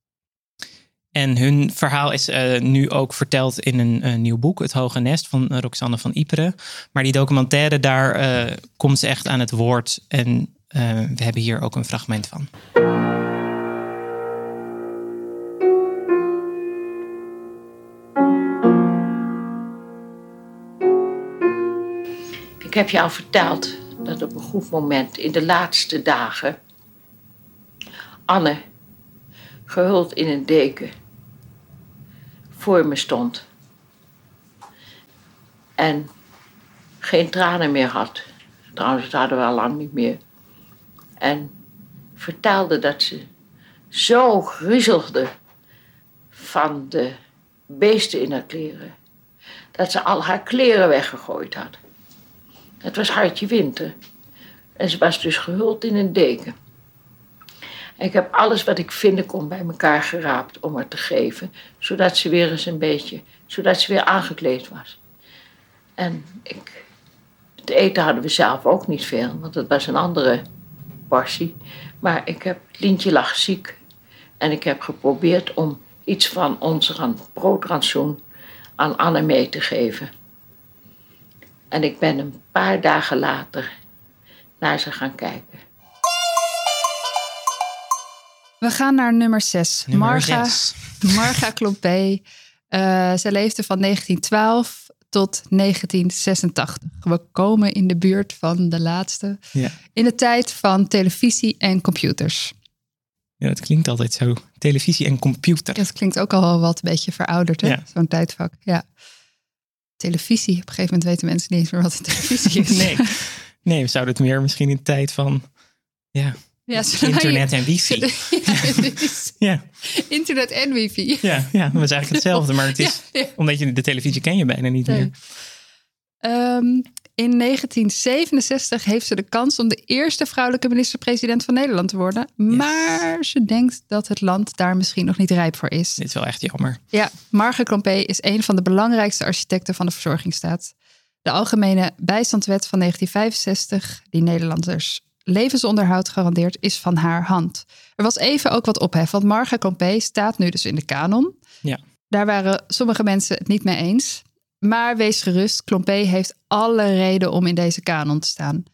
En hun verhaal is uh, nu ook verteld in een uh, nieuw boek, Het Hoge Nest van uh, Roxanne van Iperen. Maar die documentaire, daar uh, komt ze echt aan het woord. En uh, we hebben hier ook een fragment van. Ik heb je al verteld dat op een goed moment in de laatste dagen Anne, gehuld in een deken, voor me stond. En geen tranen meer had. Trouwens, dat hadden we al lang niet meer. En vertelde dat ze zo griezelde van de beesten in haar kleren, dat ze al haar kleren weggegooid had. Het was hartje winter. En ze was dus gehuld in een deken. En ik heb alles wat ik vinden kon bij elkaar geraapt om haar te geven. Zodat ze weer eens een beetje, zodat ze weer aangekleed was. En ik, het eten hadden we zelf ook niet veel, want het was een andere portie. Maar ik heb, Lientje lag ziek. En ik heb geprobeerd om iets van ons broodrantsoen aan Anne mee te geven. En ik ben een paar dagen later naar ze gaan kijken. We gaan naar nummer zes. Nummer Marga, zes. Marga Klompé. Uh, zij leefde van negentien twaalf tot negentien zesentachtig. We komen in de buurt van de laatste. Ja. In de tijd van televisie en computers. Ja, dat klinkt altijd zo. Televisie en computer. Dat klinkt ook al wel wat een beetje verouderd, hè? Ja. Zo'n tijdvak. Ja. Televisie. Op een gegeven moment weten mensen niet eens meer wat een televisie is. nee. nee, we zouden het meer misschien in de tijd van ja, ja, internet en wifi. Ja, ja. Internet en wifi. Ja, ja, dat is eigenlijk hetzelfde. Maar het is, ja, ja. omdat je de televisie ken je bijna niet nee. meer. Um, in negentien zevenenzestig heeft ze de kans om de eerste vrouwelijke minister-president van Nederland te worden. Yes. Maar ze denkt dat het land daar misschien nog niet rijp voor is. Dit is wel echt jammer. Ja, Marga Klompé is een van de belangrijkste architecten van de verzorgingsstaat. De Algemene Bijstandswet van negentien vijfenzestig, die Nederlanders levensonderhoud garandeert, is van haar hand. Er was even ook wat ophef, want Marga Klompé staat nu dus in de kanon. Ja. Daar waren sommige mensen het niet mee eens. Maar wees gerust, Klompé heeft alle reden om in deze kanon te staan.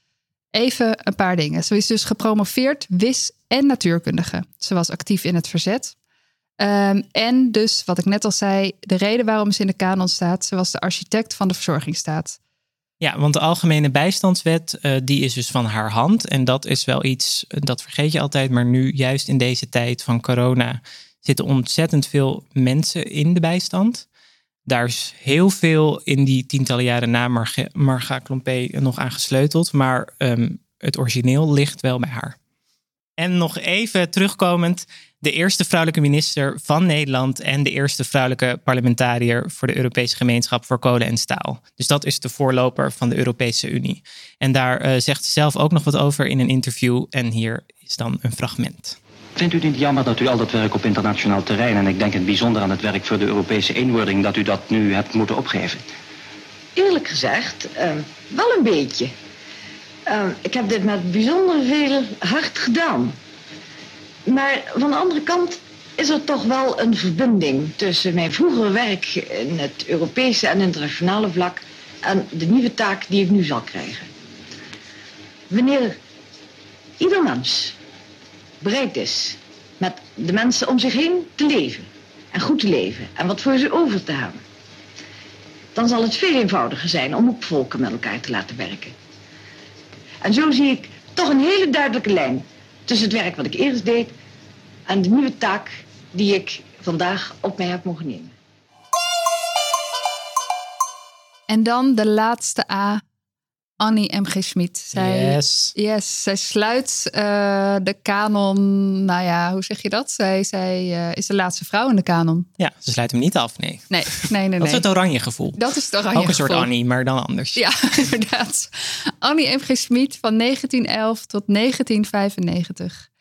Even een paar dingen. Ze is dus gepromoveerd wis- en natuurkundige. Ze was actief in het verzet. Um, en dus, wat ik net al zei, de reden waarom ze in de kanon staat, ze was de architect van de verzorgingsstaat. Ja, want de Algemene Bijstandswet, uh, die is dus van haar hand. En dat is wel iets, dat vergeet je altijd. Maar nu, juist in deze tijd van corona, zitten ontzettend veel mensen in de bijstand. Daar is heel veel in die tientallen jaren na Marga, Marga Klompé nog aan gesleuteld. Maar um, het origineel ligt wel bij haar. En nog even terugkomend, de eerste vrouwelijke minister van Nederland en de eerste vrouwelijke parlementariër voor de Europese Gemeenschap voor Kolen en Staal. Dus dat is de voorloper van de Europese Unie. En daar uh, zegt ze zelf ook nog wat over in een interview. En hier is dan een fragment. Vindt u het niet jammer dat u al dat werk op internationaal terrein, en ik denk in het bijzonder aan het werk voor de Europese eenwording, dat u dat nu hebt moeten opgeven? Eerlijk gezegd, uh, wel een beetje. Uh, ik heb dit met bijzonder veel hart gedaan. Maar van de andere kant is er toch wel een verbinding tussen mijn vroegere werk in het Europese en internationale vlak en de nieuwe taak die ik nu zal krijgen. Wanneer ieder mens bereid is met de mensen om zich heen te leven en goed te leven en wat voor ze over te hebben, dan zal het veel eenvoudiger zijn om ook volken met elkaar te laten werken. En zo zie ik toch een hele duidelijke lijn tussen het werk wat ik eerst deed en de nieuwe taak die ik vandaag op mij heb mogen nemen. En dan de laatste A, Annie M G. Schmid. Zij, yes. yes. Zij sluit uh, de kanon, nou ja, hoe zeg je dat? Zij, zij uh, is de laatste vrouw in de kanon. Ja, ze sluit hem niet af, nee. Nee, nee, nee. Dat is het oranje gevoel. Dat is het oranje Ook een gevoel. soort Annie, maar dan anders. Ja, inderdaad. Annie M G. Schmid van negentien elf tot negentien vijfennegentig.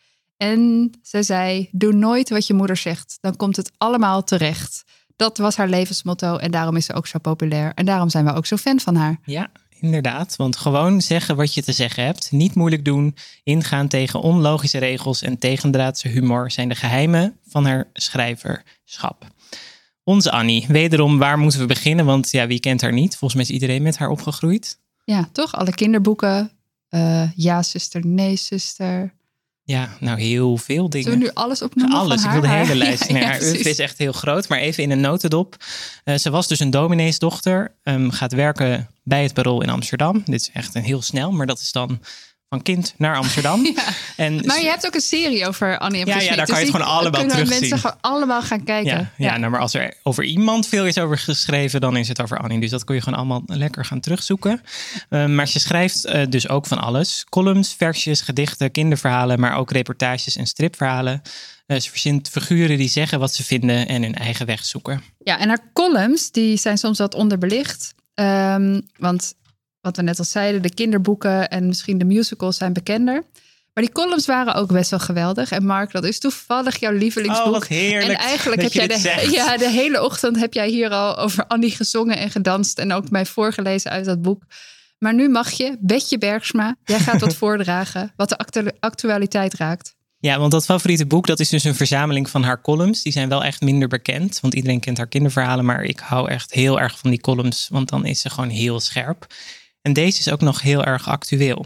En zij zei, doe nooit wat je moeder zegt. Dan komt het allemaal terecht. Dat was haar levensmotto en daarom is ze ook zo populair. En daarom zijn we ook zo fan van haar. Ja, inderdaad. Want gewoon zeggen wat je te zeggen hebt. Niet moeilijk doen. Ingaan tegen onlogische regels en tegendraadse humor zijn de geheimen van haar schrijverschap. Onze Annie. Wederom, waar moeten we beginnen? Want ja, wie kent haar niet? Volgens mij is iedereen met haar opgegroeid. Ja, toch? Alle kinderboeken. Uh, ja, zuster, nee, zuster. Ja, nou heel veel dingen. Zullen we nu alles opnoemen? Alles, van ik wil de haar? hele lijst. Ja, nee, ja, haar oeuvre is echt heel groot, maar even in een notendop. Uh, ze was dus een domineesdochter, um, gaat werken bij het Parool in Amsterdam. Dit is echt een heel snel, maar dat is dan van kind naar Amsterdam. Ja. En maar je hebt ook een serie over Annie M G. Ja, ja, daar kan je het gewoon allemaal terugzien. Kunnen mensen gewoon allemaal gaan kijken. Ja, ja, ja. Nou, maar als er over iemand veel is over geschreven, dan is het over Annie. Dus dat kun je gewoon allemaal lekker gaan terugzoeken. Uh, maar ze schrijft uh, dus ook van alles. Columns, versjes, gedichten, kinderverhalen, maar ook reportages en stripverhalen. Uh, ze verzint figuren die zeggen wat ze vinden en hun eigen weg zoeken. Ja, en haar columns die zijn soms wat onderbelicht. Um, want wat we net al zeiden, de kinderboeken en misschien de musicals zijn bekender. Maar die columns waren ook best wel geweldig. En Mark, dat is toevallig jouw lievelingsboek. Oh, wat heerlijk. En eigenlijk heb jij de, ja, de hele ochtend heb jij hier al over Annie gezongen en gedanst. En ook mij voorgelezen uit dat boek. Maar nu mag je, Betje Bergsma, jij gaat wat voordragen wat de actu- actualiteit raakt. Ja, want dat favoriete boek, dat is dus een verzameling van haar columns. Die zijn wel echt minder bekend, want iedereen kent haar kinderverhalen. Maar ik hou echt heel erg van die columns, want dan is ze gewoon heel scherp. En deze is ook nog heel erg actueel.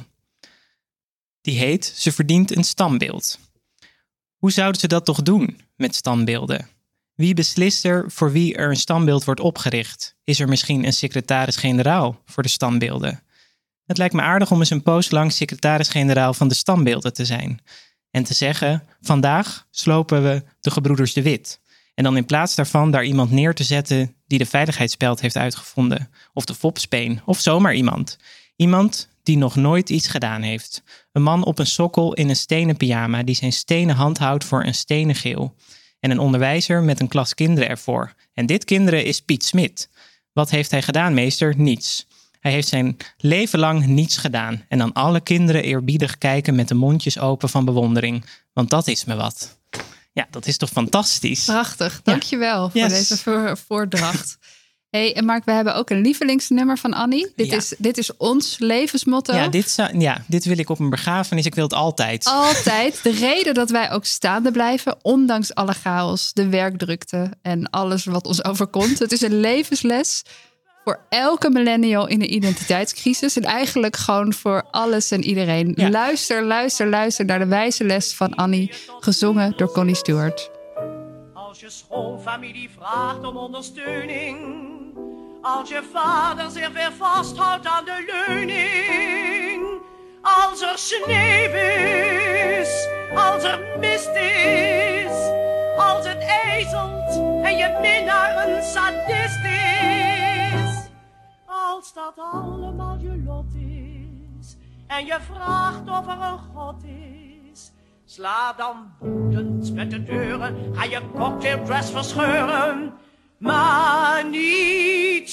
Die heet Ze verdient een standbeeld. Hoe zouden ze dat toch doen met standbeelden? Wie beslist er voor wie er een standbeeld wordt opgericht? Is er misschien een secretaris-generaal voor de standbeelden? Het lijkt me aardig om eens een poos lang secretaris-generaal van de standbeelden te zijn. En te zeggen, vandaag slopen we de gebroeders de Wit. En dan in plaats daarvan daar iemand neer te zetten die de veiligheidsspeld heeft uitgevonden. Of de fopspeen, of zomaar iemand. Iemand die nog nooit iets gedaan heeft. Een man op een sokkel in een stenen pyjama die zijn stenen hand houdt voor een stenen geel. En een onderwijzer met een klas kinderen ervoor. En dit kinderen is Piet Smit. Wat heeft hij gedaan, meester? Niets. Hij heeft zijn leven lang niets gedaan. En dan alle kinderen eerbiedig kijken met de mondjes open van bewondering. Want dat is me wat. Ja, dat is toch fantastisch? Prachtig, dankjewel ja. voor yes. deze voor, voordracht. Hey, en Mark, we hebben ook een lievelingsnummer van Annie. Dit, ja. is, dit is ons levensmotto. Ja dit, zou, ja, dit wil ik op een begrafenis. Ik wil het altijd. Altijd. De reden dat wij ook staande blijven, ondanks alle chaos, de werkdrukte en alles wat ons overkomt. Het is een levensles. voor elke millennial in een identiteitscrisis. En eigenlijk gewoon voor alles en iedereen. Ja. Luister, luister, luister naar de wijze les van Annie, gezongen door Connie Stewart. Als je schoonfamilie vraagt om ondersteuning, als je vader zich weer vasthoudt aan de leuning, als er sneeuw is, als er mist is, als het ijzelt en je minnaar een sadist is. Als dat allemaal je lot is en je vraagt of er een God is, sla dan woedend met de deuren, ga je cocktaildress verscheuren, maar niet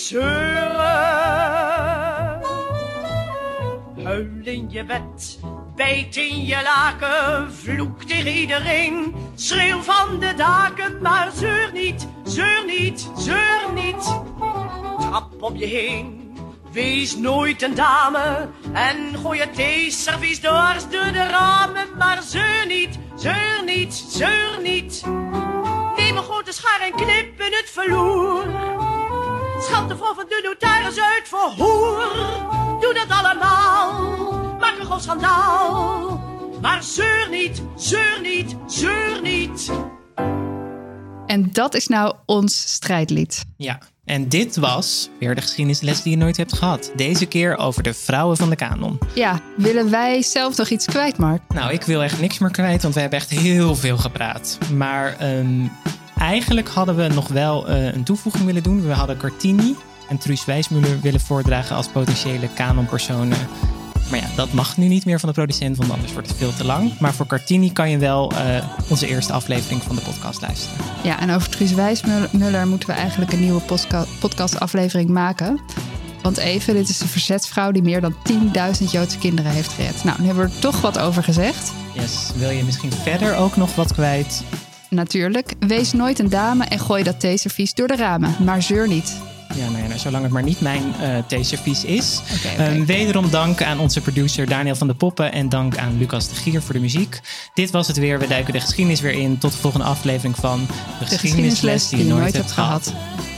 zeuren. Huil in je bed, bijt in je laken, vloek tegen iedereen, schreeuw van de daken, maar zeur niet, zeur niet, zeur niet. Trap om je heen, wees nooit een dame en gooi het theeservies dwars door de ramen, maar zeur niet, zeur niet, zeur niet. Neem een grote schaar en knip in het verloer. Scheld de vrouw van de notaris uit voor hoer. Doe dat allemaal, maak een groot schandaal. Maar zeur niet, zeur niet, zeur niet. En dat is nou ons strijdlied. Ja, en dit was weer de geschiedenisles die je nooit hebt gehad. Deze keer over de vrouwen van de kanon. Ja, willen wij zelf nog iets kwijt, Mark? Nou, ik wil echt niks meer kwijt, want we hebben echt heel veel gepraat. Maar um, eigenlijk hadden we nog wel uh, een toevoeging willen doen. We hadden Cartini en Truus Wijsmuller willen voordragen als potentiële kanonpersonen. Maar ja, dat mag nu niet meer van de producent, want anders wordt het veel te lang. Maar voor Cartini kan je wel uh, onze eerste aflevering van de podcast luisteren. Ja, en over Truus Wijsmuller moeten we eigenlijk een nieuwe postka- podcastaflevering maken. Want even, dit is de verzetsvrouw die meer dan tienduizend Joodse kinderen heeft gered. Nou, nu hebben we er toch wat over gezegd. Yes, wil je misschien verder ook nog wat kwijt? Natuurlijk, wees nooit een dame en gooi dat theeservies door de ramen. Maar zeur niet. Ja, nou ja, nou, zolang het maar niet mijn uh, theeservies is. Okay, okay. Um, wederom dank aan onze producer Daniel van de Poppen en dank aan Lucas de Gier voor de muziek. Dit was het weer. We duiken de geschiedenis weer in. Tot de volgende aflevering van De, de geschiedenisles die je nooit hebt gehad. gehad.